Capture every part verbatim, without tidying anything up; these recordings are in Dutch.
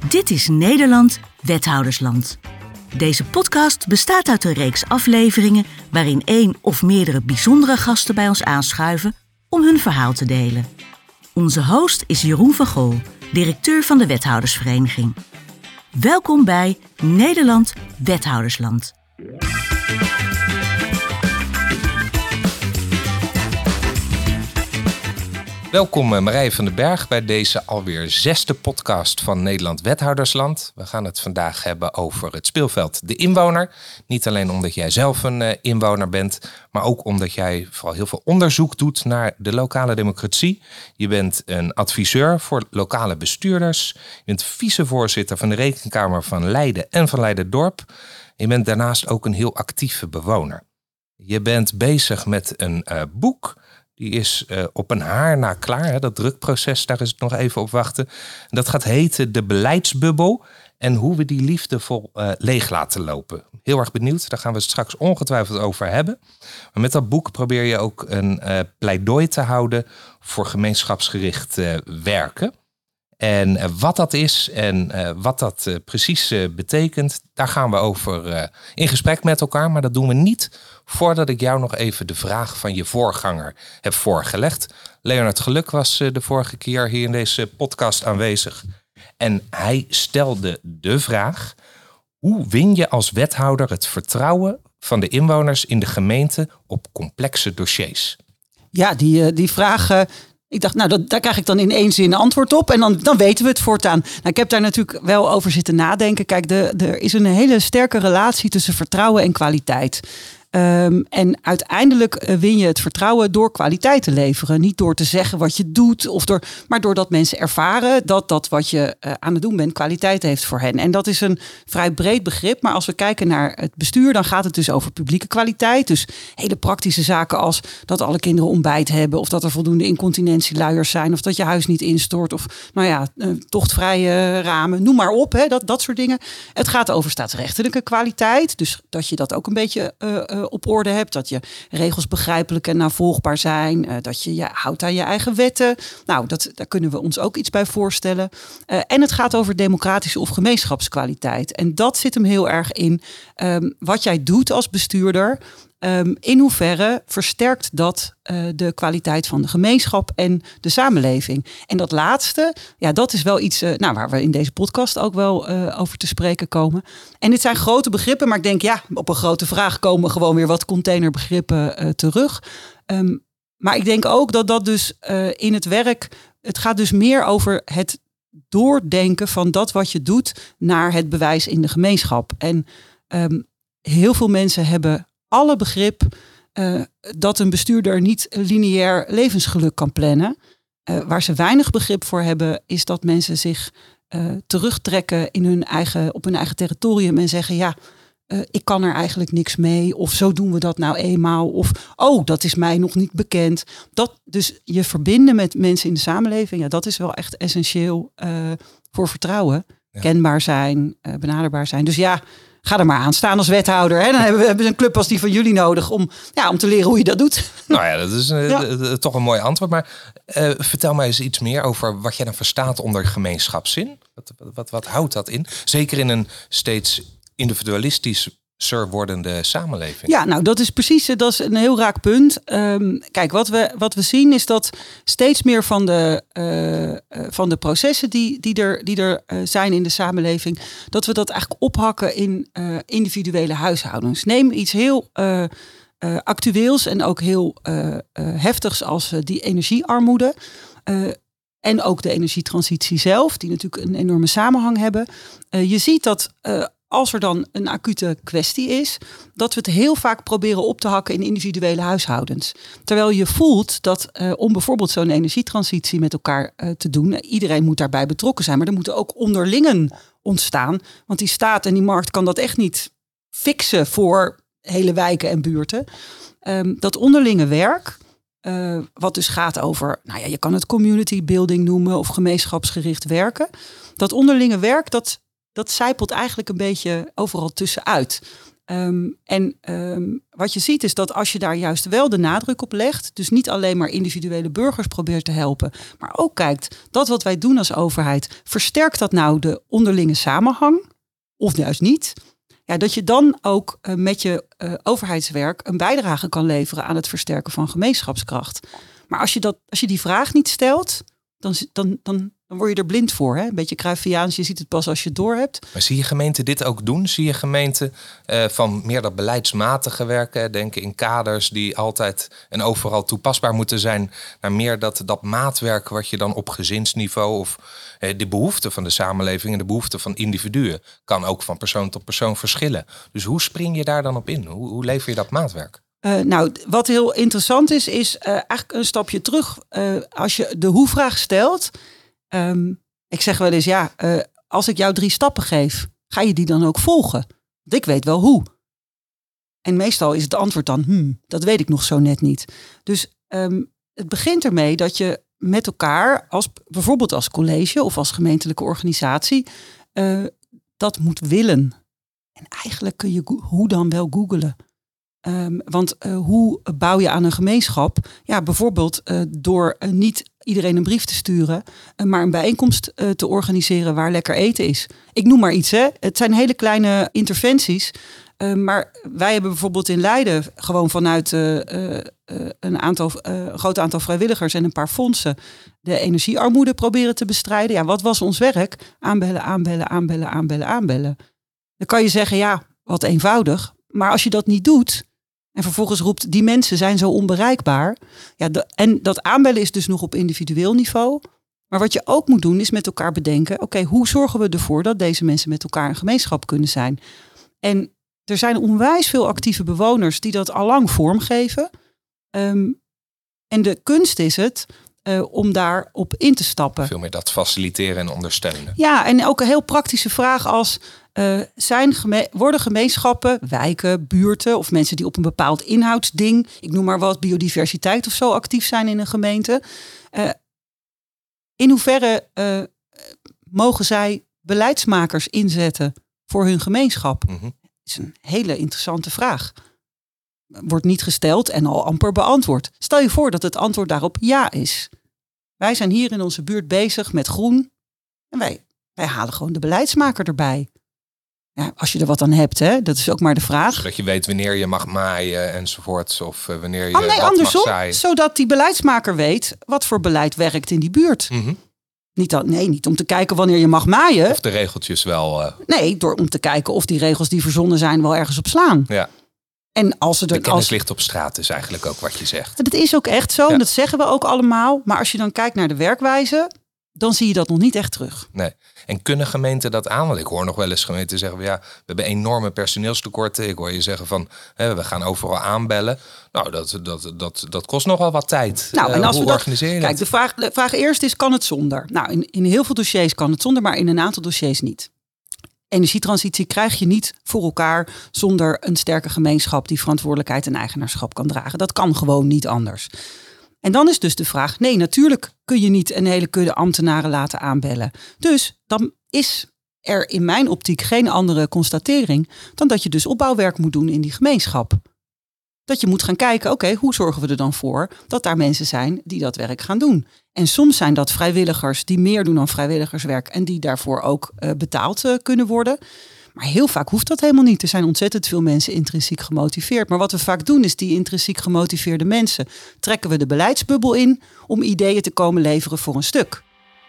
Dit is Nederland Wethoudersland. Deze podcast bestaat uit een reeks afleveringen waarin één of meerdere bijzondere gasten bij ons aanschuiven om hun verhaal te delen. Onze host is Jeroen van Gool, directeur van de Wethoudersvereniging. Welkom bij Nederland Wethoudersland. Welkom Marije van den Berg bij deze alweer zesde podcast van Nederland Wethoudersland. We gaan het vandaag hebben over het speelveld De Inwoner. Niet alleen omdat jij zelf een uh, inwoner bent, maar ook omdat jij vooral heel veel onderzoek doet naar de lokale democratie. Je bent een adviseur voor lokale bestuurders. Je bent vicevoorzitter van de Rekenkamer van Leiden en van Leiden-Dorp. Je bent daarnaast ook een heel actieve bewoner. Je bent bezig met een uh, boek. Die is uh, op een haar na klaar. Hè? Dat drukproces, daar is het nog even op wachten. Dat gaat heten De Beleidsbubbel. En hoe we die liefdevol uh, leeg laten lopen. Heel erg benieuwd. Daar gaan we het straks ongetwijfeld over hebben. Maar met dat boek probeer je ook een uh, pleidooi te houden voor gemeenschapsgericht uh, werken. En uh, wat dat is en uh, wat dat uh, precies uh, betekent, daar gaan we over uh, in gesprek met elkaar. Maar dat doen we niet voordat ik jou nog even de vraag van je voorganger heb voorgelegd. Leonard Geluk was uh, de vorige keer hier in deze podcast aanwezig. En hij stelde de vraag: hoe win je als wethouder het vertrouwen van de inwoners in de gemeente op complexe dossiers? Ja, die, die vraag... Uh... Ik dacht, nou, dat, daar krijg ik dan in één zin antwoord op. En dan, dan weten we het voortaan. Nou, ik heb daar natuurlijk wel over zitten nadenken. Kijk, de, er is een hele sterke relatie tussen vertrouwen en kwaliteit. Um, en uiteindelijk uh, win je het vertrouwen door kwaliteit te leveren. Niet door te zeggen wat je doet, of door, maar doordat mensen ervaren dat dat wat je uh, aan het doen bent kwaliteit heeft voor hen. En dat is een vrij breed begrip. Maar als we kijken naar het bestuur, dan gaat het dus over publieke kwaliteit. Dus hele praktische zaken als dat alle kinderen ontbijt hebben, of dat er voldoende incontinentieluiers zijn, of dat je huis niet instort, of nou ja, uh, tochtvrije ramen, noem maar op. Hè, dat, dat soort dingen. Het gaat over staatsrechtelijke kwaliteit. Dus dat je dat ook een beetje uh, uh, op orde hebt. Dat je regels begrijpelijk en navolgbaar zijn. Uh, dat je je houdt aan je eigen wetten. Nou, dat, daar kunnen we ons ook iets bij voorstellen. Uh, en het gaat over democratische of gemeenschapskwaliteit. En dat zit hem heel erg in um, wat jij doet als bestuurder. Um, in hoeverre versterkt dat uh, de kwaliteit van de gemeenschap en de samenleving? En dat laatste, ja, dat is wel iets uh, nou, waar we in deze podcast ook wel uh, over te spreken komen. En dit zijn grote begrippen, maar ik denk, ja, op een grote vraag komen gewoon weer wat containerbegrippen uh, terug. Um, maar ik denk ook dat dat dus uh, in het werk, het gaat dus meer over het doordenken van dat wat je doet naar het bewijs in de gemeenschap. En um, heel veel mensen hebben alle begrip uh, dat een bestuurder niet lineair levensgeluk kan plannen. Uh, waar ze weinig begrip voor hebben, is dat mensen zich uh, terugtrekken in hun eigen, op hun eigen territorium en zeggen, ja, uh, ik kan er eigenlijk niks mee. Of zo doen we dat nou eenmaal. Of, oh, dat is mij nog niet bekend. Dat, dus je verbinden met mensen in de samenleving, ja, dat is wel echt essentieel uh, voor vertrouwen. Ja. Kenbaar zijn, uh, benaderbaar zijn. Dus ja, ga er maar aan staan als wethouder. Hè? Dan hebben we, hebben we een club als die van jullie nodig om, ja, om te leren hoe je dat doet. Nou ja, dat is uh, ja. d- d- toch een mooi antwoord. Maar uh, vertel mij eens iets meer over wat jij dan verstaat onder gemeenschapszin. Wat, wat, wat houdt dat in? Zeker in een steeds individualistischer wordende samenleving. Ja, nou dat is precies, dat is een heel raak punt. Um, kijk, wat we, wat we zien is dat steeds meer van de, uh, uh, van de processen die, die er, die er uh, zijn in de samenleving, dat we dat eigenlijk ophakken in uh, individuele huishoudens. Neem iets heel uh, uh, actueels en ook heel uh, uh, heftigs als uh, die energiearmoede. Uh, en ook de energietransitie zelf, die natuurlijk een enorme samenhang hebben. Uh, je ziet dat Uh, als er dan een acute kwestie is, dat we het heel vaak proberen op te hakken in individuele huishoudens. Terwijl je voelt dat uh, om bijvoorbeeld zo'n energietransitie met elkaar uh, te doen, iedereen moet daarbij betrokken zijn, maar er moeten ook onderlingen ontstaan. Want die staat en die markt kan dat echt niet fixen voor hele wijken en buurten. Um, dat onderlinge werk, uh, wat dus gaat over, nou ja, je kan het community building noemen of gemeenschapsgericht werken. Dat onderlinge werk, dat Dat zijpelt eigenlijk een beetje overal tussenuit. Um, en um, wat je ziet is dat als je daar juist wel de nadruk op legt, dus niet alleen maar individuele burgers probeert te helpen, maar ook kijkt dat wat wij doen als overheid, versterkt dat nou de onderlinge samenhang of juist niet? Ja, dat je dan ook uh, met je uh, overheidswerk een bijdrage kan leveren aan het versterken van gemeenschapskracht. Maar als je, dat, als je die vraag niet stelt, dan, dan, dan, dan word je er blind voor. Hè? Een beetje Cruyffiaans, je ziet het pas als je het door hebt. Maar zie je gemeenten dit ook doen? Zie je gemeenten uh, van meer dat beleidsmatige werken, denken in kaders die altijd en overal toepasbaar moeten zijn, naar meer dat, dat maatwerk wat je dan op gezinsniveau of uh, de behoeften van de samenleving en de behoeften van individuen kan ook van persoon tot persoon verschillen. Dus hoe spring je daar dan op in? Hoe, hoe lever je dat maatwerk? Uh, nou, wat heel interessant is, is uh, eigenlijk een stapje terug. Uh, als je de hoe-vraag stelt. Um, ik zeg wel eens, ja, uh, als ik jou drie stappen geef, ga je die dan ook volgen? Want ik weet wel hoe. En meestal is het antwoord dan, hmm, dat weet ik nog zo net niet. Dus um, het begint ermee dat je met elkaar, als, bijvoorbeeld als college of als gemeentelijke organisatie, uh, dat moet willen. En eigenlijk kun je hoe dan wel googlen. Um, want uh, hoe bouw je aan een gemeenschap? Ja, bijvoorbeeld uh, door uh, niet iedereen een brief te sturen, uh, maar een bijeenkomst uh, te organiseren waar lekker eten is. Ik noem maar iets, hè. Het zijn hele kleine interventies. Uh, maar wij hebben bijvoorbeeld in Leiden gewoon vanuit uh, uh, een aantal, uh, een groot aantal vrijwilligers en een paar fondsen de energiearmoede proberen te bestrijden. Ja, wat was ons werk? Aanbellen, aanbellen, aanbellen, aanbellen, aanbellen. Dan kan je zeggen, ja, wat eenvoudig. Maar als je dat niet doet en vervolgens roept, die mensen zijn zo onbereikbaar. Ja, de, en dat aanbellen is dus nog op individueel niveau. Maar wat je ook moet doen is met elkaar bedenken, oké, okay, hoe zorgen we ervoor dat deze mensen met elkaar een gemeenschap kunnen zijn? En er zijn onwijs veel actieve bewoners die dat allang vormgeven. Um, en de kunst is het uh, om daarop in te stappen. Veel meer dat faciliteren en ondersteunen. Ja, en ook een heel praktische vraag als, Uh, zijn geme- worden gemeenschappen, wijken, buurten of mensen die op een bepaald inhoudsding, ik noem maar wat, biodiversiteit of zo, actief zijn in een gemeente. Uh, in hoeverre uh, mogen zij beleidsmakers inzetten voor hun gemeenschap? Mm-hmm. Dat is een hele interessante vraag. Wordt niet gesteld en al amper beantwoord. Stel je voor dat het antwoord daarop ja is. Wij zijn hier in onze buurt bezig met groen en wij, wij halen gewoon de beleidsmaker erbij. Ja, als je er wat aan hebt, hè? Dat is ook maar de vraag. Zodat je weet wanneer je mag maaien enzovoort. Of uh, wanneer je oh, nee, wat andersom, mag zaaien. Zodat die beleidsmaker weet wat voor beleid werkt in die buurt. Mm-hmm. Niet, dat, nee, niet om te kijken wanneer je mag maaien. Of de regeltjes wel. Uh... Nee, door om te kijken of die regels die verzonnen zijn wel ergens op slaan. Ja. En als ze er, de kennis als... ligt op straat is eigenlijk ook wat je zegt. Dat is ook echt zo, ja. En dat zeggen we ook allemaal. Maar als je dan kijkt naar de werkwijze, dan zie je dat nog niet echt terug. Nee. En kunnen gemeenten dat aan? Want ik hoor nog wel eens gemeenten zeggen, ja, we hebben enorme personeelstekorten. Ik hoor je zeggen van, hè, we gaan overal aanbellen. Nou, dat, dat, dat, dat kost nogal wat tijd. Nou, en als uh, hoe we dat, organiseer je kijk, dat? de vraag, de vraag eerst is, kan het zonder? Nou, in, in heel veel dossiers kan het zonder, maar in een aantal dossiers niet. Energietransitie krijg je niet voor elkaar zonder een sterke gemeenschap die verantwoordelijkheid en eigenaarschap kan dragen. Dat kan gewoon niet anders. En dan is dus de vraag, nee, natuurlijk kun je niet een hele kudde ambtenaren laten aanbellen. Dus dan is er in mijn optiek geen andere constatering dan dat je dus opbouwwerk moet doen in die gemeenschap. Dat je moet gaan kijken, oké, okay, hoe zorgen we er dan voor dat daar mensen zijn die dat werk gaan doen? En soms zijn dat vrijwilligers die meer doen dan vrijwilligerswerk en die daarvoor ook uh, betaald uh, kunnen worden. Maar heel vaak hoeft dat helemaal niet. Er zijn ontzettend veel mensen intrinsiek gemotiveerd. Maar wat we vaak doen is die intrinsiek gemotiveerde mensen trekken we de beleidsbubbel in om ideeën te komen leveren voor een stuk.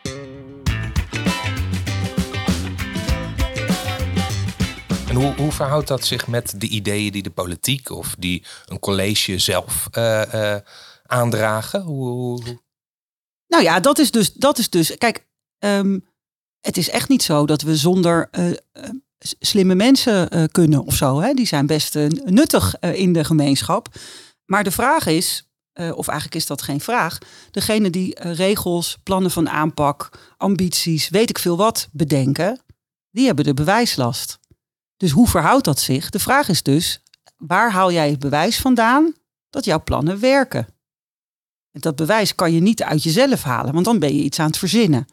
En hoe, hoe verhoudt dat zich met de ideeën die de politiek of die een college zelf uh, uh, aandragen? Hoe, hoe... Nou ja, dat is dus, dat is dus kijk, um, het is echt niet zo dat we zonder uh, uh, slimme mensen uh, kunnen of zo. Hè? Die zijn best uh, nuttig uh, in de gemeenschap. Maar de vraag is, uh, of eigenlijk is dat geen vraag, degene die uh, regels, plannen van aanpak, ambities, weet ik veel wat bedenken, die hebben de bewijslast. Dus hoe verhoudt dat zich? De vraag is dus, waar haal jij het bewijs vandaan dat jouw plannen werken? Dat bewijs kan je niet uit jezelf halen, want dan ben je iets aan het verzinnen.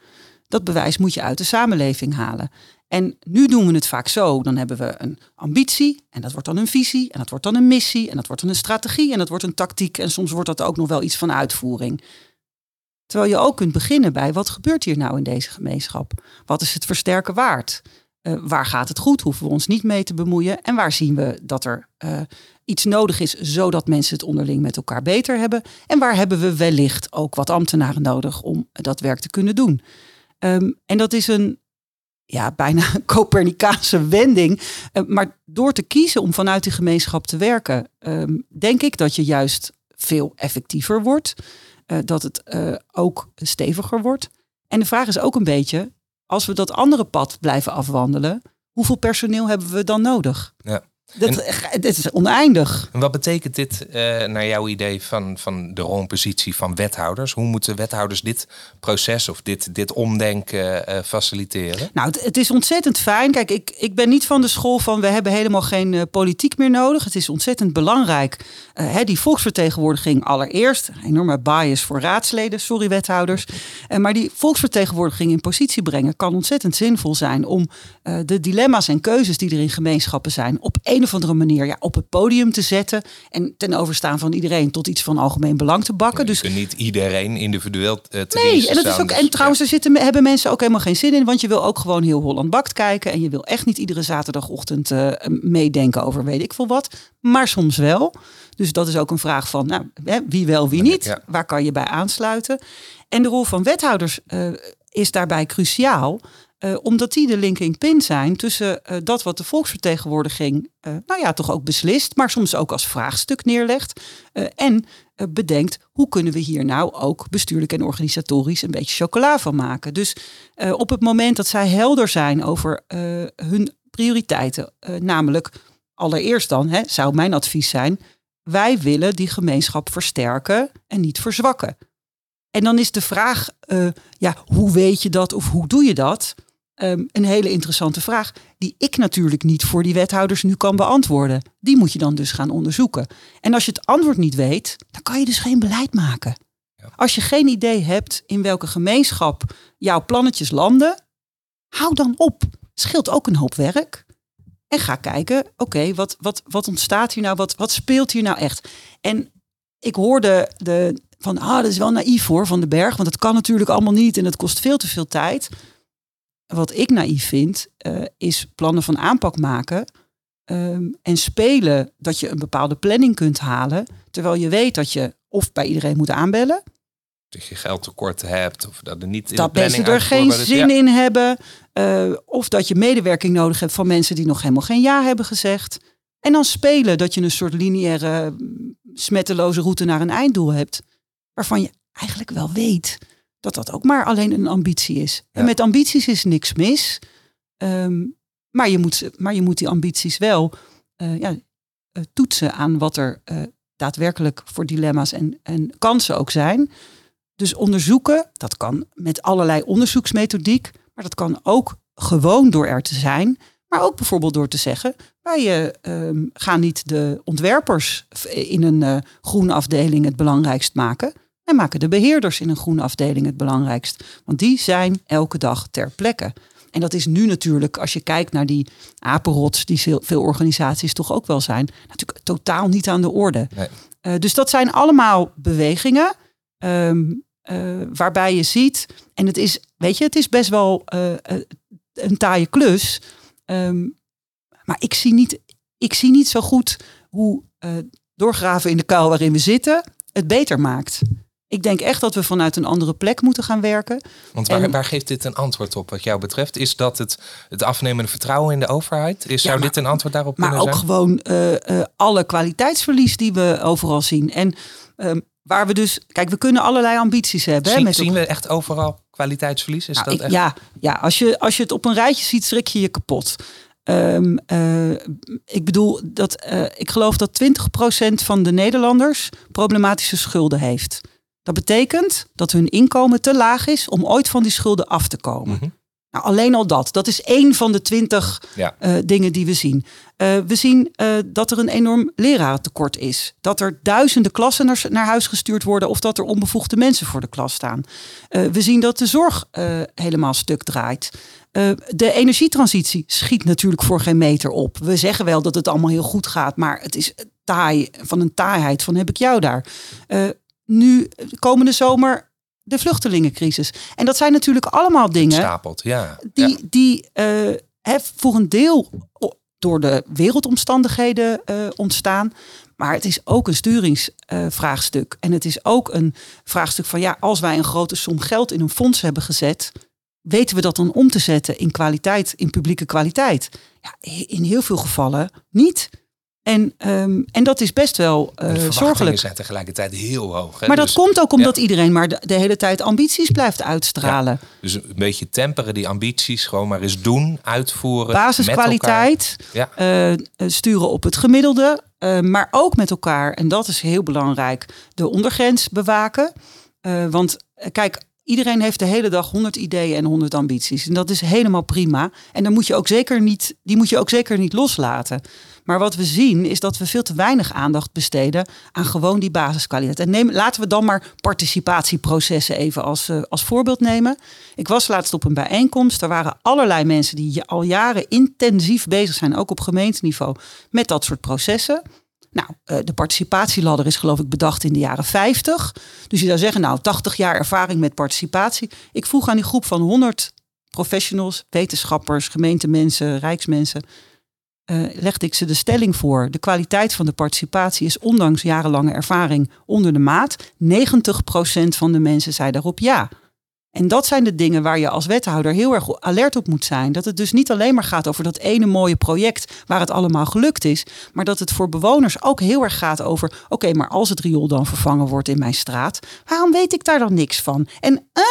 Dat bewijs moet je uit de samenleving halen. En nu doen we het vaak zo. Dan hebben we een ambitie en dat wordt dan een visie en dat wordt dan een missie en dat wordt dan een strategie en dat wordt een tactiek en soms wordt dat ook nog wel iets van uitvoering. Terwijl je ook kunt beginnen bij wat gebeurt hier nou in deze gemeenschap? Wat is het versterken waard? Uh, waar gaat het goed? Hoeven we ons niet mee te bemoeien? En waar zien we dat er uh, iets nodig is zodat mensen het onderling met elkaar beter hebben? En waar hebben we wellicht ook wat ambtenaren nodig om dat werk te kunnen doen? Um, en dat is een ja, bijna Copernicaanse wending. Uh, maar door te kiezen om vanuit die gemeenschap te werken, um, denk ik dat je juist veel effectiever wordt. Uh, dat het uh, ook steviger wordt. En de vraag is ook een beetje, als we dat andere pad blijven afwandelen, hoeveel personeel hebben we dan nodig? Ja. Dat, en, dit is oneindig. En wat betekent dit uh, naar jouw idee van, van de rolpositie van wethouders? Hoe moeten wethouders dit proces of dit, dit omdenken uh, faciliteren? Nou, het, het is ontzettend fijn. Kijk, ik, ik ben niet van de school van we hebben helemaal geen uh, politiek meer nodig. Het is ontzettend belangrijk. Uh, hè, die volksvertegenwoordiging allereerst. Enorme bias voor raadsleden, sorry wethouders. Uh, maar die volksvertegenwoordiging in positie brengen kan ontzettend zinvol zijn om uh, de dilemma's en keuzes die er in gemeenschappen zijn op een of andere manier ja, op het podium te zetten en ten overstaan van iedereen tot iets van algemeen belang te bakken. Ja, dus je kunt niet iedereen individueel uh, te nee, en dat is ook. Dus, en trouwens, er zitten, hebben mensen ook helemaal geen zin in, want je wil ook gewoon heel Holland Bakt kijken en je wil echt niet iedere zaterdagochtend uh, meedenken over weet ik veel wat, maar soms wel. Dus dat is ook een vraag van nou, wie wel, wie niet. Ja. Waar kan je bij aansluiten? En de rol van wethouders uh, is daarbij cruciaal. Uh, omdat die de linking pin zijn tussen uh, dat wat de volksvertegenwoordiging uh, nou ja, toch ook beslist, maar soms ook als vraagstuk neerlegt. Uh, en uh, bedenkt, hoe kunnen we hier nou ook bestuurlijk en organisatorisch een beetje chocola van maken. Dus uh, op het moment dat zij helder zijn over uh, hun prioriteiten, uh, namelijk allereerst dan, hè, zou mijn advies zijn, wij willen die gemeenschap versterken en niet verzwakken. En dan is de vraag, uh, ja, hoe weet je dat of hoe doe je dat? Um, een hele interessante vraag die ik natuurlijk niet voor die wethouders nu kan beantwoorden. Die moet je dan dus gaan onderzoeken. En als je het antwoord niet weet, dan kan je dus geen beleid maken. Ja. Als je geen idee hebt in welke gemeenschap jouw plannetjes landen, hou dan op. Scheelt ook een hoop werk. En ga kijken, oké, okay, wat, wat, wat ontstaat hier nou? Wat, wat speelt hier nou echt? En ik hoorde de, van, ah, dat is wel naïef hoor, Van den Berg. Want dat kan natuurlijk allemaal niet en het kost veel te veel tijd. Wat ik naïef vind, uh, is plannen van aanpak maken um, en spelen dat je een bepaalde planning kunt halen, terwijl je weet dat je of bij iedereen moet aanbellen. Dat je geldtekort hebt of dat er niet in dat de planning mensen er geen is, zin ja. in hebben. Uh, of dat je medewerking nodig hebt van mensen die nog helemaal geen ja hebben gezegd. En dan spelen dat je een soort lineaire, smetteloze route naar een einddoel hebt, waarvan je eigenlijk wel weet dat dat ook maar alleen een ambitie is. Ja. En met ambities is niks mis. Um, maar, je moet, maar je moet die ambities wel uh, ja, uh, toetsen aan wat er uh, daadwerkelijk voor dilemma's en, en kansen ook zijn. Dus onderzoeken, dat kan met allerlei onderzoeksmethodiek, maar dat kan ook gewoon door er te zijn. Maar ook bijvoorbeeld door te zeggen, wij uh, gaan niet de ontwerpers in een uh, groene afdeling het belangrijkst maken. En maken de beheerders in een groene afdeling het belangrijkst. Want die zijn elke dag ter plekke. En dat is nu natuurlijk, als je kijkt naar die apenrots die veel, veel organisaties toch ook wel zijn, natuurlijk totaal niet aan de orde. Nee. Uh, dus dat zijn allemaal bewegingen um, uh, waarbij je ziet, en het is, weet je, het is best wel uh, een taaie klus. Um, maar ik zie, niet, ik zie niet zo goed hoe uh, doorgraven in de kuil waarin we zitten het beter maakt. Ik denk echt dat we vanuit een andere plek moeten gaan werken. Want waar, en, waar geeft dit een antwoord op wat jou betreft? Is dat het, het afnemende vertrouwen in de overheid? Is, ja, zou maar, dit een antwoord daarop maar kunnen zijn? Maar ook gewoon uh, uh, alle kwaliteitsverlies die we overal zien. En um, waar we dus... Kijk, we kunnen allerlei ambities hebben. Zien, hè, met zien we echt overal kwaliteitsverlies? Is nou, dat ik, echt? Ja, ja als, je, als je het op een rijtje ziet, schrik je je kapot. Um, uh, ik bedoel, dat, uh, ik geloof dat twintig procent van de Nederlanders problematische schulden heeft. Dat betekent dat hun inkomen te laag is om ooit van die schulden af te komen. Mm-hmm. Nou, alleen al dat. Dat is één van de twintig ja. uh, dingen die we zien. Uh, we zien uh, dat er een enorm lerarentekort is. Dat er duizenden klassen naar, naar huis gestuurd worden of dat er onbevoegde mensen voor de klas staan. Uh, we zien dat de zorg uh, helemaal stuk draait. Uh, de energietransitie schiet natuurlijk voor geen meter op. We zeggen wel dat het allemaal heel goed gaat, maar het is taai, van een taaiheid van heb ik jou daar. Uh, nu, komende zomer, de vluchtelingencrisis. En dat zijn natuurlijk allemaal dingen Stapelt, ja. die, ja. die uh, voor een deel door de wereldomstandigheden uh, ontstaan. Maar het is ook een sturingsvraagstuk. Uh, en het is ook een vraagstuk van ja, als wij een grote som geld in een fonds hebben gezet, weten we dat dan om te zetten in kwaliteit, in publieke kwaliteit? Ja, in heel veel gevallen niet. En, um, en dat is best wel uh, de verwachtingen zorgelijk. zijn tegelijkertijd heel hoog. Hè? Maar dat dus, komt ook omdat ja. iedereen maar de, de hele tijd ambities blijft uitstralen. Ja, dus een beetje temperen die ambities. Gewoon maar eens doen, uitvoeren. Basiskwaliteit. Met ja. uh, sturen op het gemiddelde. Uh, maar ook met elkaar, en dat is heel belangrijk, de ondergrens bewaken. Uh, want uh, kijk, iedereen heeft de hele dag honderd ideeën en honderd ambities. En dat is helemaal prima. En dan moet je ook zeker niet, die moet je ook zeker niet loslaten. Maar wat we zien is dat we veel te weinig aandacht besteden aan gewoon die basiskwaliteit. En neem, laten we dan maar participatieprocessen even als, uh, als voorbeeld nemen. Ik was laatst op een bijeenkomst. Er waren allerlei mensen die al jaren intensief bezig zijn, ook op gemeenteniveau, met dat soort processen. Nou, uh, de participatieladder is geloof ik bedacht in de jaren vijftig. Dus je zou zeggen, nou, tachtig jaar ervaring met participatie. Ik vroeg aan die groep van honderd professionals, wetenschappers, gemeentemensen, rijksmensen, Uh, legde ik ze de stelling voor. De kwaliteit van de participatie is ondanks jarenlange ervaring onder de maat. negentig procent van de mensen zei daarop ja. En dat zijn de dingen waar je als wethouder heel erg alert op moet zijn. Dat het dus niet alleen maar gaat over dat ene mooie project waar het allemaal gelukt is. Maar dat het voor bewoners ook heel erg gaat over, oké, okay, maar als het riool dan vervangen wordt in mijn straat, waarom weet ik daar dan niks van? En uh,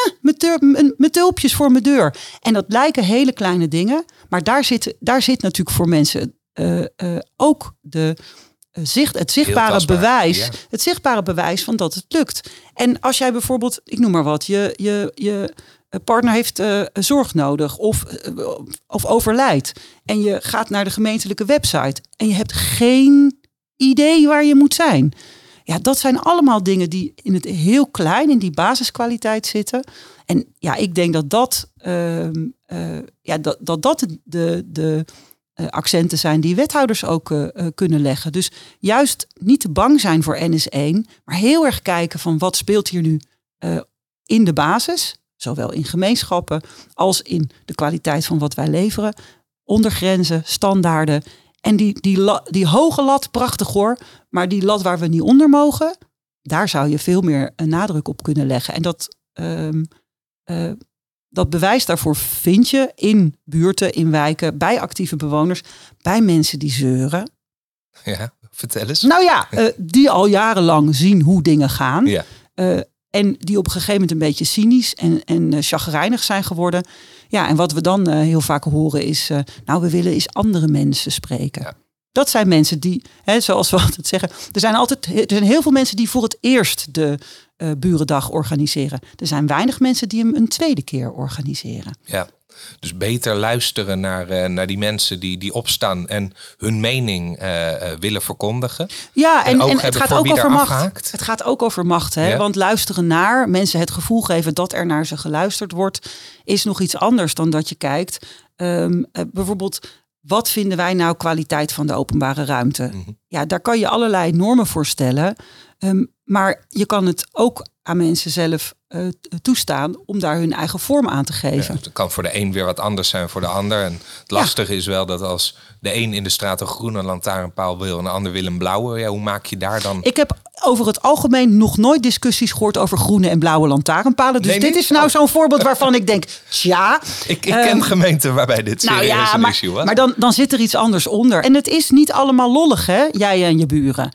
mijn tulpjes voor mijn deur. En dat lijken hele kleine dingen. Maar daar zit, daar zit natuurlijk voor mensen uh, uh, ook de, uh, zicht, het zichtbare bewijs. Ja. Het zichtbare bewijs van dat het lukt. En als jij bijvoorbeeld, ik noem maar wat, je, je, je partner heeft uh, zorg nodig of, uh, of overlijdt. En je gaat naar de gemeentelijke website en je hebt geen idee waar je moet zijn. Ja, dat zijn allemaal dingen die in het heel klein, in die basiskwaliteit zitten. En ja, ik denk dat dat, uh, uh, ja, dat, dat, dat de, de, de uh, accenten zijn die wethouders ook uh, uh, kunnen leggen. Dus juist niet te bang zijn voor N S één, maar heel erg kijken van wat speelt hier nu uh, in de basis. Zowel in gemeenschappen als in de kwaliteit van wat wij leveren. Ondergrenzen, standaarden. En die, die, la, die hoge lat, prachtig hoor. Maar die lat waar we niet onder mogen, daar zou je veel meer een nadruk op kunnen leggen. En dat, um, uh, dat bewijs daarvoor vind je in buurten, in wijken, bij actieve bewoners, bij mensen die zeuren. Ja, vertel eens. Nou ja, uh, die al jarenlang zien hoe dingen gaan. Ja. Uh, en die op een gegeven moment een beetje cynisch en, en uh, chagrijnig zijn geworden. Ja, en wat we dan uh, heel vaak horen is, uh, nou, we willen eens andere mensen spreken. Ja. Dat zijn mensen die, hè, zoals we altijd zeggen, er zijn altijd, er zijn heel veel mensen die voor het eerst de uh, Burendag organiseren. Er zijn weinig mensen die hem een tweede keer organiseren. Ja. Dus beter luisteren naar, uh, naar die mensen die, die opstaan en hun mening uh, uh, willen verkondigen. Ja, en, en, en het gaat ook over macht. Afhaakt. Het gaat ook over macht. Hè? Ja. Want luisteren naar, mensen het gevoel geven dat er naar ze geluisterd wordt, is nog iets anders dan dat je kijkt. Um, uh, bijvoorbeeld, wat vinden wij nou kwaliteit van de openbare ruimte? Mm-hmm. Ja, daar kan je allerlei normen voor stellen. Um, maar je kan het ook aan mensen zelf uh, toestaan om daar hun eigen vorm aan te geven. Ja, het kan voor de een weer wat anders zijn voor de ander. En het lastige ja. is wel dat als de een in de straat een groene lantaarnpaal wil en de ander wil een blauwe, ja, hoe maak je daar dan? Ik heb over het algemeen nog nooit discussies gehoord over groene en blauwe lantaarnpalen. Dus nee, dit is nou oh. zo'n voorbeeld waarvan ik denk, tja. Ik, ik ken um, gemeenten waarbij dit serieus nou ja, een maar, issue was. Maar dan, dan zit er iets anders onder. En het is niet allemaal lollig, hè, jij en je buren.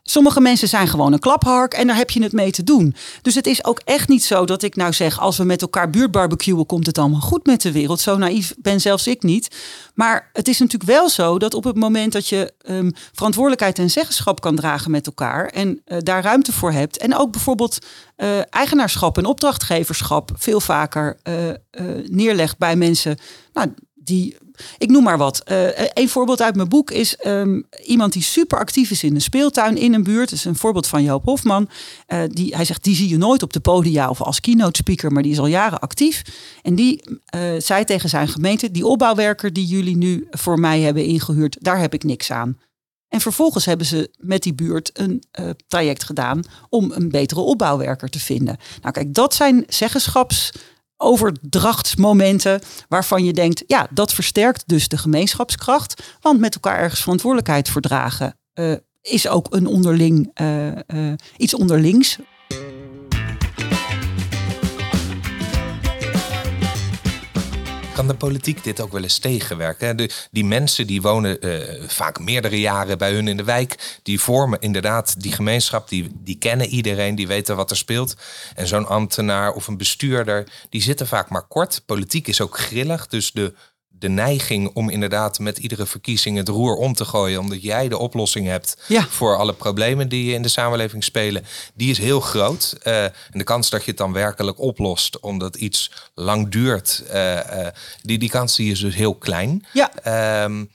Sommige mensen zijn gewoon een klaphark en daar heb je het mee te doen. Dus het is ook echt niet zo dat ik nou zeg, als we met elkaar buurtbarbecuen, komt het allemaal goed met de wereld. Zo naïef ben zelfs ik niet. Maar het is natuurlijk wel zo dat op het moment dat je um, verantwoordelijkheid en zeggenschap kan dragen met elkaar en uh, daar ruimte voor hebt. En ook bijvoorbeeld uh, eigenaarschap en opdrachtgeverschap veel vaker uh, uh, neerlegt bij mensen. Nou, die, ik noem maar wat. Uh, een voorbeeld uit mijn boek is um, iemand die super actief is in een speeltuin in een buurt. Dat is een voorbeeld van Joop Hofman. Uh, die, hij zegt, die zie je nooit op de podia of als keynote speaker, maar die is al jaren actief. En die uh, zei tegen zijn gemeente, die opbouwwerker die jullie nu voor mij hebben ingehuurd, daar heb ik niks aan. En vervolgens hebben ze met die buurt een uh, traject gedaan om een betere opbouwwerker te vinden. Nou kijk, dat zijn zeggenschaps overdrachtsmomenten waarvan je denkt, ja, dat versterkt dus de gemeenschapskracht. Want met elkaar ergens verantwoordelijkheid voor dragen uh, is ook een onderling, uh, uh, iets onderlings. Kan de politiek dit ook wel eens tegenwerken? De, die mensen die wonen uh, vaak meerdere jaren bij hun in de wijk. Die vormen inderdaad die gemeenschap. Die, die kennen iedereen, die weten wat er speelt. En zo'n ambtenaar of een bestuurder, die zitten vaak maar kort. Politiek is ook grillig, dus de, de neiging om inderdaad met iedere verkiezing het roer om te gooien, omdat jij de oplossing hebt ja. voor alle problemen die in de samenleving spelen, die is heel groot. Uh, en de kans dat je het dan werkelijk oplost, omdat iets lang duurt, uh, uh, die, die kans die is dus heel klein. Ja. Um,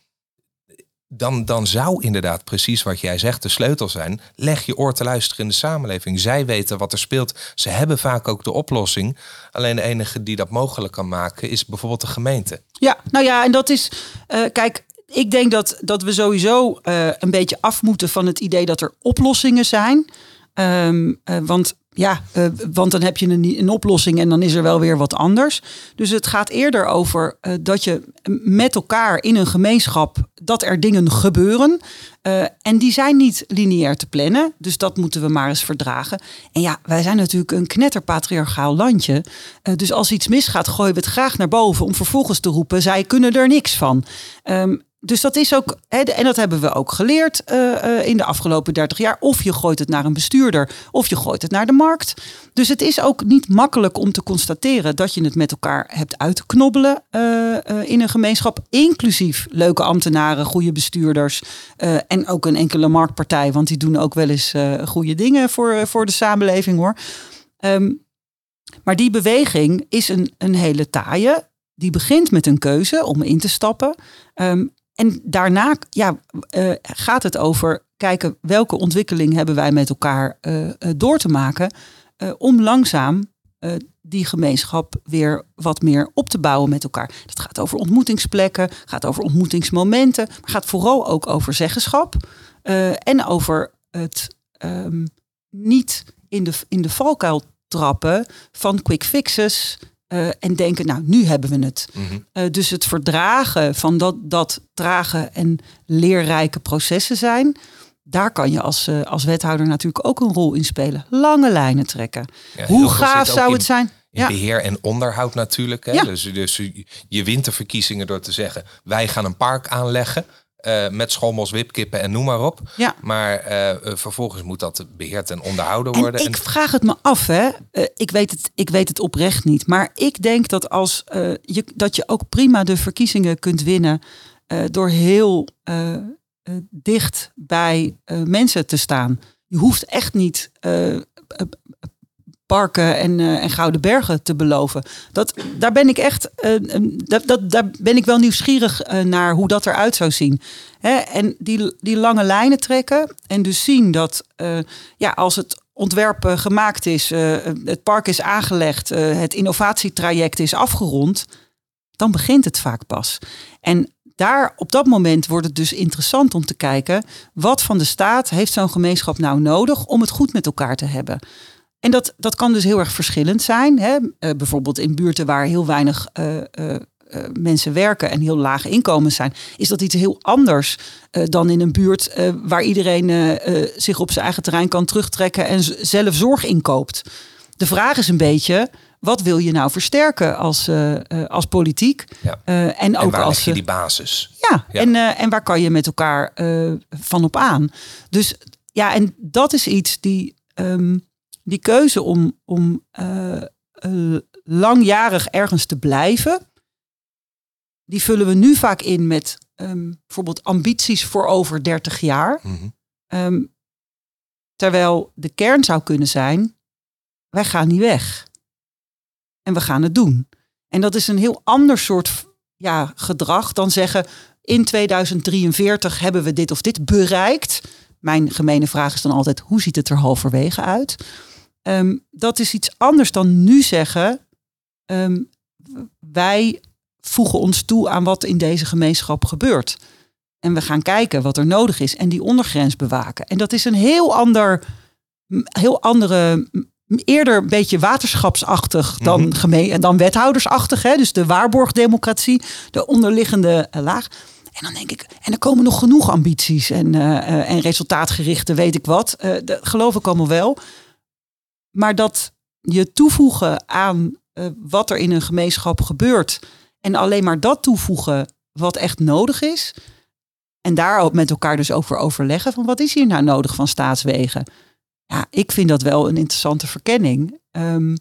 Dan, dan zou inderdaad precies wat jij zegt de sleutel zijn. Leg je oor te luisteren in de samenleving. Zij weten wat er speelt. Ze hebben vaak ook de oplossing. Alleen de enige die dat mogelijk kan maken is bijvoorbeeld de gemeente. Ja, nou ja, en dat is... Uh, kijk, ik denk dat, dat we sowieso uh, een beetje af moeten van het idee dat er oplossingen zijn. Um, uh, want... Ja, uh, want dan heb je een, een oplossing en dan is er wel weer wat anders. Dus het gaat eerder over uh, dat je met elkaar in een gemeenschap, dat er dingen gebeuren. Uh, en die zijn niet lineair te plannen. Dus dat moeten we maar eens verdragen. En ja, wij zijn natuurlijk een knetterpatriarchaal landje. Uh, dus als iets misgaat, gooien we het graag naar boven om vervolgens te roepen, zij kunnen er niks van. Um, Dus dat is ook, en dat hebben we ook geleerd uh, in de afgelopen dertig jaar. Of je gooit het naar een bestuurder, of je gooit het naar de markt. Dus het is ook niet makkelijk om te constateren dat je het met elkaar hebt uit te knobbelen uh, uh, in een gemeenschap. Inclusief leuke ambtenaren, goede bestuurders uh, en ook een enkele marktpartij. Want die doen ook wel eens uh, goede dingen voor, voor de samenleving hoor. Um, maar die beweging is een, een hele taaie. Die begint met een keuze om in te stappen. Um, En daarna ja, uh, gaat het over kijken welke ontwikkeling hebben wij met elkaar uh, door te maken. Uh, om langzaam uh, die gemeenschap weer wat meer op te bouwen met elkaar. Dat gaat over ontmoetingsplekken, gaat over ontmoetingsmomenten. Maar gaat vooral ook over zeggenschap. Uh, en over het um, niet in de, in de valkuil trappen van quick fixes. Uh, en denken, nou, nu hebben we het. Mm-hmm. Uh, dus het verdragen van dat, dat trage en leerrijke processen zijn, daar kan je als, uh, als wethouder natuurlijk ook een rol in spelen. Lange lijnen trekken. Ja, hoe gaaf zou in, het zijn? In ja. beheer en onderhoud natuurlijk. Hè? Ja. Dus, dus je wint de verkiezingen door te zeggen, wij gaan een park aanleggen. Uh, met schommels, wipkippen en noem maar op. Ja. Maar uh, vervolgens moet dat beheerd en onderhouden worden. En ik en... vraag het me af, hè. Uh, ik, weet het, ik weet het oprecht niet. Maar ik denk dat, als, uh, je, dat je ook prima de verkiezingen kunt winnen Uh, door heel uh, uh, dicht bij uh, mensen te staan. Je hoeft echt niet Uh, uh, parken en, uh, en gouden bergen te beloven. Dat, daar ben ik echt, uh, dat, dat, daar ben ik wel nieuwsgierig uh, naar hoe dat eruit zou zien. Hè? En die, die lange lijnen trekken en dus zien dat uh, ja, als het ontwerp uh, gemaakt is, uh, het park is aangelegd, uh, het innovatietraject is afgerond, dan begint het vaak pas. En daar, op dat moment wordt het dus interessant om te kijken, wat van de staat heeft zo'n gemeenschap nou nodig om het goed met elkaar te hebben. En dat, dat kan dus heel erg verschillend zijn. Hè? Uh, bijvoorbeeld in buurten waar heel weinig uh, uh, uh, mensen werken en heel lage inkomens zijn, is dat iets heel anders uh, dan in een buurt uh, waar iedereen uh, uh, zich op zijn eigen terrein kan terugtrekken en z- zelf zorg inkoopt. De vraag is een beetje, wat wil je nou versterken als, uh, uh, als politiek? Ja. Uh, en ook en waar als leg je die basis? Ja, ja. En, uh, en waar kan je met elkaar uh, van op aan? Dus ja, en dat is iets die, um, die keuze om, om uh, uh, langjarig ergens te blijven, die vullen we nu vaak in met um, bijvoorbeeld ambities voor over dertig jaar. Mm-hmm. Um, terwijl de kern zou kunnen zijn, wij gaan niet weg. En we gaan het doen. En dat is een heel ander soort ja, gedrag dan zeggen, in tweeduizend drieënveertig hebben we dit of dit bereikt. Mijn gemene vraag is dan altijd, hoe ziet het er halverwege uit? Um, dat is iets anders dan nu zeggen, um, wij voegen ons toe aan wat in deze gemeenschap gebeurt. En we gaan kijken wat er nodig is en die ondergrens bewaken. En dat is een heel ander, heel andere, eerder een beetje waterschapsachtig dan, mm-hmm. gemeen, dan wethoudersachtig. Hè? Dus de waarborgdemocratie, de onderliggende uh, laag. En dan denk ik, en er komen nog genoeg ambities en, uh, uh, en resultaatgerichte, weet ik wat. Uh, dat geloof ik allemaal wel. Maar dat je toevoegen aan uh, wat er in een gemeenschap gebeurt en alleen maar dat toevoegen wat echt nodig is. En daar ook met elkaar dus over overleggen van wat is hier nou nodig van staatswegen. Ja, ik vind dat wel een interessante verkenning. Um,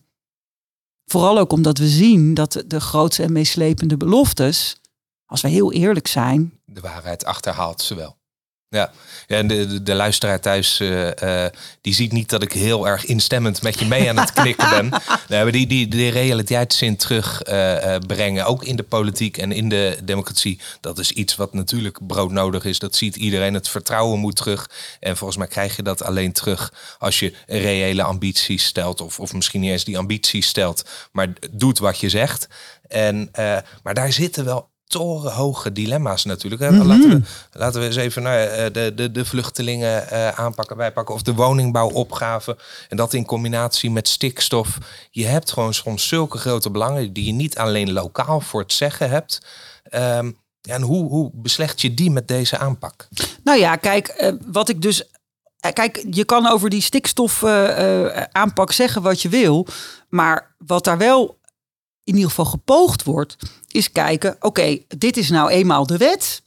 vooral ook omdat we zien dat de, de grootste en meeslepende beloftes, als we heel eerlijk zijn, de waarheid achterhaalt ze wel. Ja, ja en de, de, de luisteraar thuis, uh, uh, die ziet niet dat ik heel erg instemmend met je mee aan het knikken ben. Nee, maar die, die, die realiteitszin terug uh, uh, brengen, ook in de politiek en in de democratie. Dat is iets wat natuurlijk broodnodig is. Dat ziet iedereen. Het vertrouwen moet terug. En volgens mij krijg je dat alleen terug als je reële ambities stelt. Of, of misschien niet eens die ambities stelt, maar doet wat je zegt. En, uh, maar daar zitten wel torenhoge dilemma's natuurlijk. Mm-hmm. Laten we, laten we eens even nou, de, de, de vluchtelingen uh, aanpakken, bijpakken. Of de woningbouwopgave. En dat in combinatie met stikstof. Je hebt gewoon soms zulke grote belangen die je niet alleen lokaal voor het zeggen hebt. Um, ja, en hoe, hoe beslecht je die met deze aanpak? Nou ja, kijk, uh, wat ik dus... Kijk, je kan over die stikstof uh, uh, aanpak zeggen wat je wil. Maar wat daar wel in ieder geval gepoogd wordt, is kijken, oké, okay, dit is nou eenmaal de wet.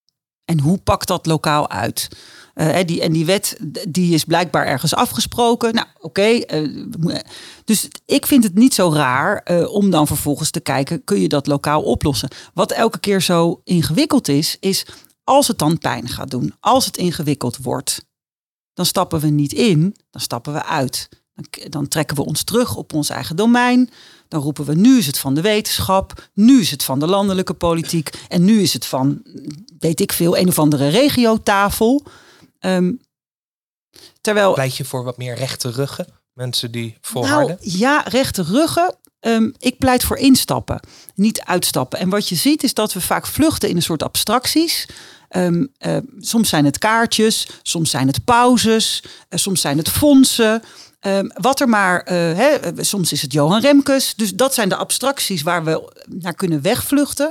En hoe pakt dat lokaal uit? Uh, die, en die wet, die is blijkbaar ergens afgesproken. Nou, oké. Okay, uh, dus ik vind het niet zo raar uh, om dan vervolgens te kijken, kun je dat lokaal oplossen? Wat elke keer zo ingewikkeld is, is als het dan pijn gaat doen, als het ingewikkeld wordt, dan stappen we niet in, dan stappen we uit. Dan, dan trekken we ons terug op ons eigen domein. Dan roepen we, nu is het van de wetenschap, nu is het van de landelijke politiek en nu is het van, weet ik veel, een of andere regiotafel. Um, terwijl, pleit je voor wat meer rechte ruggen? Mensen die volharden? Nou, ja, rechte ruggen. Um, ik pleit voor instappen, niet uitstappen. En wat je ziet is dat we vaak vluchten in een soort abstracties. Um, uh, soms zijn het kaartjes, soms zijn het pauzes, uh, soms zijn het fondsen. Um, wat er maar, uh, hè, soms is het Johan Remkes. Dus dat zijn de abstracties waar we naar kunnen wegvluchten.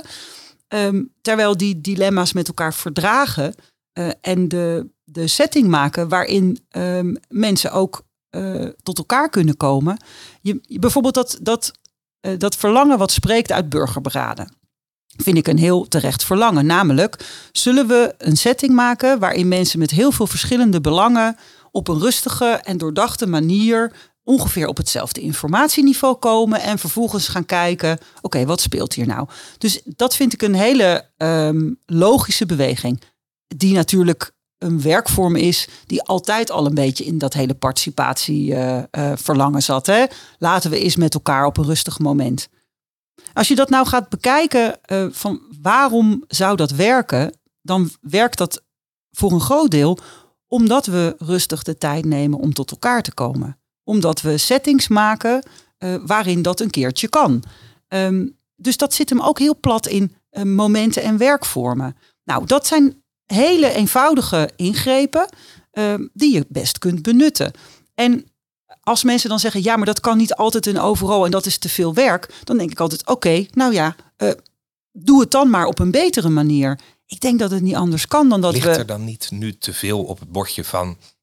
Um, terwijl die dilemma's met elkaar verdragen uh, en de, de setting maken waarin um, mensen ook uh, tot elkaar kunnen komen. Je, je, bijvoorbeeld dat, dat, uh, dat verlangen wat spreekt uit burgerberaden. Vind ik een heel terecht verlangen. Namelijk, zullen we een setting maken waarin mensen met heel veel verschillende belangen op een rustige en doordachte manier ongeveer op hetzelfde informatieniveau komen en vervolgens gaan kijken, oké, okay, wat speelt hier nou? Dus dat vind ik een hele um, logische beweging, die natuurlijk een werkvorm is die altijd al een beetje in dat hele participatie uh, uh, verlangen zat. Hè? Laten we eens met elkaar op een rustig moment. Als je dat nou gaat bekijken uh, van waarom zou dat werken, dan werkt dat voor een groot deel omdat we rustig de tijd nemen om tot elkaar te komen. Omdat we settings maken uh, waarin dat een keertje kan. Um, dus dat zit hem ook heel plat in uh, momenten en werkvormen. Nou, dat zijn hele eenvoudige ingrepen uh, die je best kunt benutten. En als mensen dan zeggen, ja, maar dat kan niet altijd en overal en dat is te veel werk, dan denk ik altijd, oké, okay, nou ja, uh, doe het dan maar op een betere manier. Ik denk dat het niet anders kan dan dat Ligt we... er dan niet nu te veel op het bordje van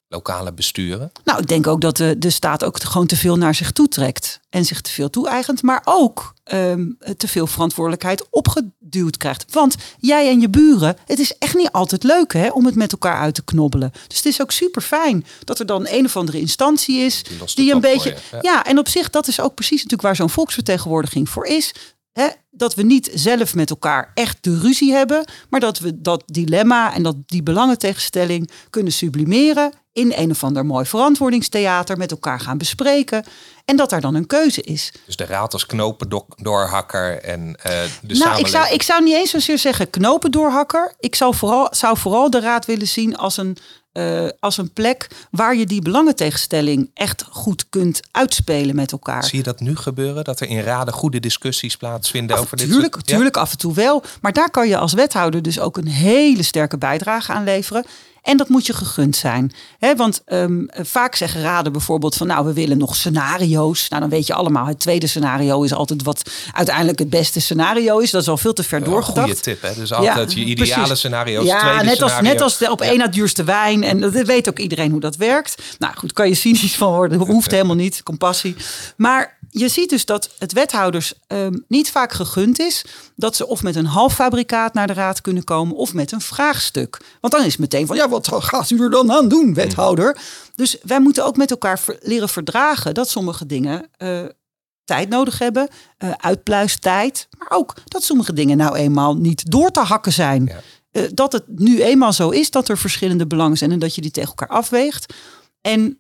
lokale besturen? Nou, ik denk ook dat de, de staat ook gewoon te veel naar zich toe trekt. En zich te veel toe-eigent. Maar ook um, te veel verantwoordelijkheid opgeduwd krijgt. Want jij en je buren, het is echt niet altijd leuk hè, om het met elkaar uit te knobbelen. Dus het is ook super fijn dat er dan een of andere instantie is. Die, die een beetje. Je, ja. ja, en op zich, dat is ook precies natuurlijk waar zo'n volksvertegenwoordiging voor is. Hè, dat we niet zelf met elkaar echt de ruzie hebben. Maar dat we dat dilemma en dat die belangentegenstelling kunnen sublimeren. In een of ander mooi verantwoordingstheater met elkaar gaan bespreken. En dat daar dan een keuze is. Dus de raad als knopendoorhakker en uh, de nou, samenleving. Ik zou, ik zou niet eens zozeer zeggen knopendoorhakker. Ik zou vooral, zou vooral de raad willen zien als een, uh, als een plek waar je die belangentegenstelling echt goed kunt uitspelen met elkaar. Zie je dat nu gebeuren? Dat er in raden goede discussies plaatsvinden af, over tuurlijk, dit soort... Tuurlijk, ja? af en toe wel. Maar daar kan je als wethouder dus ook een hele sterke bijdrage aan leveren. En dat moet je gegund zijn. He, want um, vaak zeggen raden bijvoorbeeld van nou, we willen nog scenario's. Nou, dan weet je allemaal, het tweede scenario is altijd wat uiteindelijk het beste scenario is. Dat is al veel te ver ja, doorgedacht. Goede tip, hè? Dus altijd ja, je ideale precies. scenario's. Ja, tweede net als, scenario. net als de op één ja. na duurste wijn. En dat weet ook iedereen hoe dat werkt. Nou goed, kan je cynisch van worden. Hoeft helemaal niet, compassie. Maar je ziet dus dat het wethouders um, niet vaak gegund is dat ze of met een halffabrikaat naar de raad kunnen komen of met een vraagstuk. Want dan is het meteen van ja, wat gaat u er dan aan doen, wethouder? Mm. Dus wij moeten ook met elkaar ver, leren verdragen dat sommige dingen uh, tijd nodig hebben, uh, uitpluistijd, maar ook dat sommige dingen nou eenmaal niet door te hakken zijn. Ja. Uh, dat het nu eenmaal zo is dat er verschillende belangen zijn en dat je die tegen elkaar afweegt. En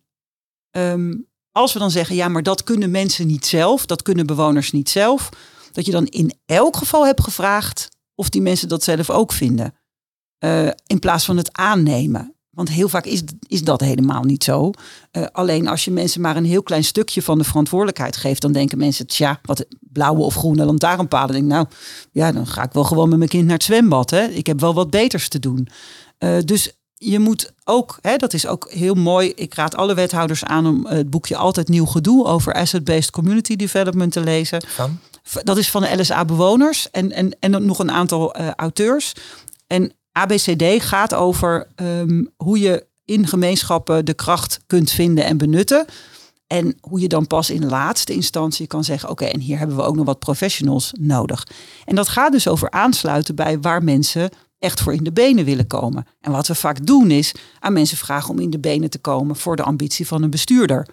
um, als we dan zeggen, ja, maar dat kunnen mensen niet zelf, dat kunnen bewoners niet zelf, dat je dan in elk geval hebt gevraagd of die mensen dat zelf ook vinden. Uh, in plaats van het aannemen. Want heel vaak is, is dat helemaal niet zo. Uh, alleen als je mensen maar een heel klein stukje van de verantwoordelijkheid geeft, dan denken mensen, tja, wat blauwe of groene lantaarnpalen. Denk ik, nou, ja, dan ga ik wel gewoon met mijn kind naar het zwembad. Hè? Ik heb wel wat beters te doen. Uh, dus je moet ook, hè, dat is ook heel mooi. Ik raad alle wethouders aan om het boekje Altijd Nieuw Gedoe over Asset-Based Community Development te lezen. Van? Dat is van de L S A Bewoners en, en, en nog een aantal uh, auteurs. En A B C D gaat over um, hoe je in gemeenschappen de kracht kunt vinden en benutten. En hoe je dan pas in laatste instantie kan zeggen, oké, okay, en hier hebben we ook nog wat professionals nodig. En dat gaat dus over aansluiten bij waar mensen echt voor in de benen willen komen. En wat we vaak doen is aan mensen vragen om in de benen te komen voor de ambitie van een bestuurder.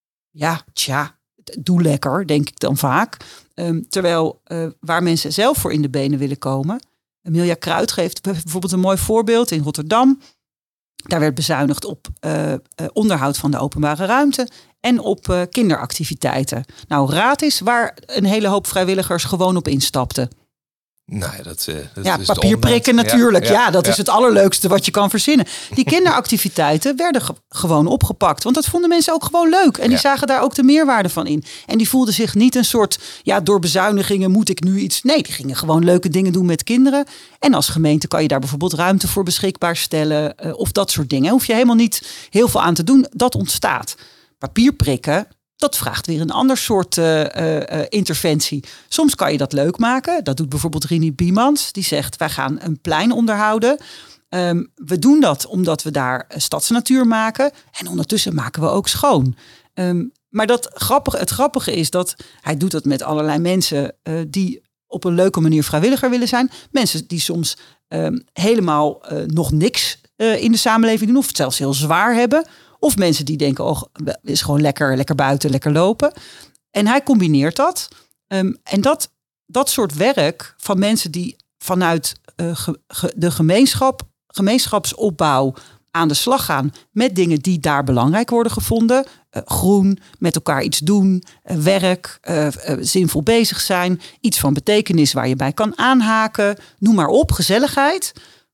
Ja, tja, doe lekker, denk ik dan vaak. Um, terwijl uh, waar mensen zelf voor in de benen willen komen. Emilia Kruid geeft bijvoorbeeld een mooi voorbeeld in Rotterdam. Daar werd bezuinigd op uh, uh, onderhoud van de openbare ruimte en op uh, kinderactiviteiten. Nou, raad is waar een hele hoop vrijwilligers gewoon op instapten. Nou ja, dat, uh, dat ja, is papier prikken natuurlijk. Ja, ja, ja dat ja. is het allerleukste wat je kan verzinnen. Die kinderactiviteiten werden ge- gewoon opgepakt. Want dat vonden mensen ook gewoon leuk. En die ja. zagen daar ook de meerwaarde van in. En die voelden zich niet een soort, ja, door bezuinigingen moet ik nu iets. Nee, die gingen gewoon leuke dingen doen met kinderen. En als gemeente kan je daar bijvoorbeeld ruimte voor beschikbaar stellen. Uh, of dat soort dingen. Hoef je helemaal niet heel veel aan te doen. Dat ontstaat. Papier prikken, dat vraagt weer een ander soort uh, uh, interventie. Soms kan je dat leuk maken. Dat doet bijvoorbeeld Rini Biemans. Die zegt, wij gaan een plein onderhouden. Um, we doen dat omdat we daar stadsnatuur maken. En ondertussen maken we ook schoon. Um, maar dat grappige, het grappige is dat hij doet dat met allerlei mensen uh, die op een leuke manier vrijwilliger willen zijn. Mensen die soms um, helemaal uh, nog niks uh, in de samenleving doen. Of het zelfs heel zwaar hebben. Of mensen die denken, oh, het is gewoon lekker, lekker buiten, lekker lopen. En hij combineert dat. Um, en dat, dat soort werk van mensen die vanuit uh, ge, ge, de gemeenschap, gemeenschapsopbouw aan de slag gaan met dingen die daar belangrijk worden gevonden. Uh, groen, met elkaar iets doen, uh, werk, uh, uh, zinvol bezig zijn. Iets van betekenis waar je bij kan aanhaken. Noem maar op, gezelligheid.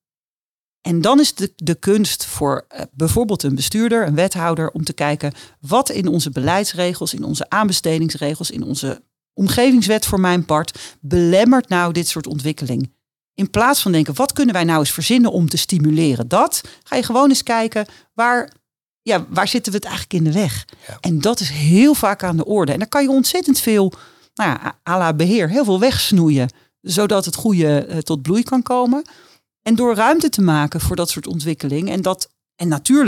En dan is de, de kunst voor uh, bijvoorbeeld een bestuurder, een wethouder, om te kijken wat in onze beleidsregels, in onze aanbestedingsregels, in onze omgevingswet voor mijn part, belemmert nou dit soort ontwikkeling. In plaats van denken, wat kunnen wij nou eens verzinnen om te stimuleren dat, ga je gewoon eens kijken, waar, ja, waar zitten we het eigenlijk in de weg? Ja. En dat is heel vaak aan de orde. En daar kan je ontzettend veel, nou ja, à la beheer, heel veel wegsnoeien, zodat het goede uh, tot bloei kan komen. En door ruimte te maken voor dat soort ontwikkeling. En, dat, en natuurlijk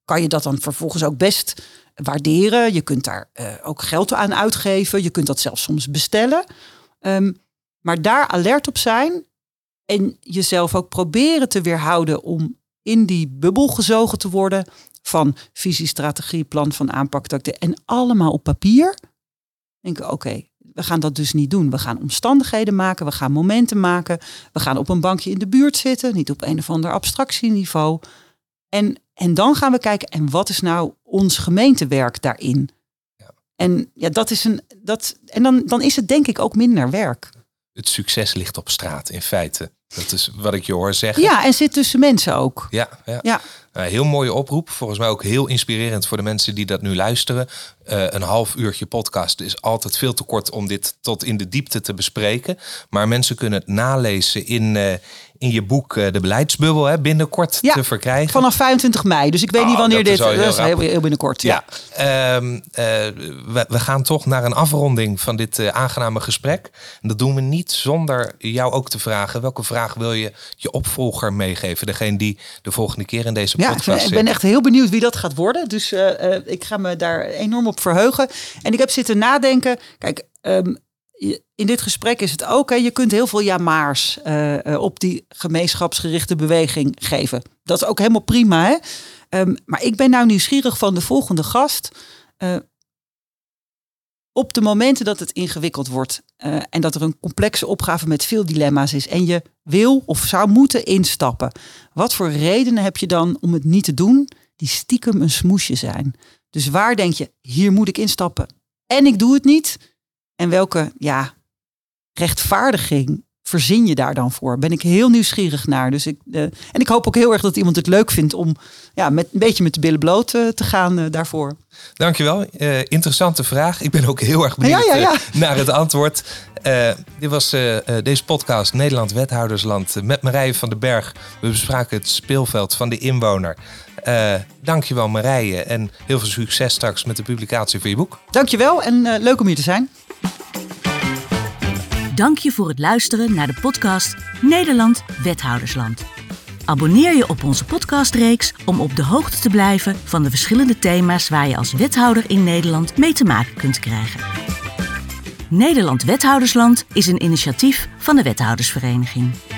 kan je dat dan vervolgens ook best waarderen. Je kunt daar uh, ook geld aan uitgeven. Je kunt dat zelfs soms bestellen. Um, maar daar alert op zijn en jezelf ook proberen te weerhouden om in die bubbel gezogen te worden van visie, strategie, plan van aanpak en allemaal op papier. Denken, oké, okay, we gaan dat dus niet doen. We gaan omstandigheden maken, we gaan momenten maken. We gaan op een bankje in de buurt zitten, niet op een of ander abstractieniveau. En, en dan gaan we kijken, en wat is nou ons gemeentewerk daarin? Ja. En ja, dat is een. Dat, en dan, dan is het denk ik ook minder werk. Het succes ligt op straat, in feite. Dat is wat ik je hoor zeggen. Ja, en zit tussen mensen ook. Ja, ja. ja. Uh, heel mooie oproep. Volgens mij ook heel inspirerend voor de mensen die dat nu luisteren. Uh, een half uurtje podcast is altijd veel te kort om dit tot in de diepte te bespreken. Maar mensen kunnen het nalezen in, uh, in je boek uh, De Beleidsbubbel. Hè, binnenkort ja, te verkrijgen. Vanaf vijfentwintig mei. Dus ik weet oh, niet wanneer dit... Dat is heel, heel binnenkort. Ja. ja. Uh, uh, we, we gaan toch naar een afronding van dit uh, aangename gesprek. En dat doen we niet zonder jou ook te vragen. Welke vraag wil je je opvolger meegeven? Degene die de volgende keer in deze ja, podcast ik ben echt heel benieuwd wie dat gaat worden. Dus uh, uh, ik ga me daar enorm op verheugen. En ik heb zitten nadenken. Kijk, um, in dit gesprek is het ook. Hè, je kunt heel veel ja-maars uh, uh, op die gemeenschapsgerichte beweging geven. Dat is ook helemaal prima. Hè? Um, maar ik ben nou nieuwsgierig van de volgende gast. Uh, op de momenten dat het ingewikkeld wordt. Uh, en dat er een complexe opgave met veel dilemma's is. En je wil of zou moeten instappen. Wat voor redenen heb je dan om het niet te doen? Die stiekem een smoesje zijn. Dus waar denk je, hier moet ik instappen. En ik doe het niet. En welke ja, rechtvaardiging verzin je daar dan voor? Ben ik heel nieuwsgierig naar. Dus ik, uh, en ik hoop ook heel erg dat iemand het leuk vindt om ja, met, een beetje met de billen bloot uh, te gaan uh, daarvoor. Dankjewel. Uh, interessante vraag. Ik ben ook heel erg benieuwd ja, ja, ja. Uh, naar het antwoord. Uh, dit was uh, uh, deze podcast Nederland Wethoudersland uh, met Marije van den Berg. We bespraken het speelveld van de inwoner. Uh, dankjewel Marije en heel veel succes straks met de publicatie van je boek. Dankjewel en uh, leuk om hier te zijn. Dank je voor het luisteren naar de podcast Nederland Wethoudersland. Abonneer je op onze podcastreeks om op de hoogte te blijven van de verschillende thema's waar je als wethouder in Nederland mee te maken kunt krijgen. Nederland Wethoudersland is een initiatief van de Wethoudersvereniging.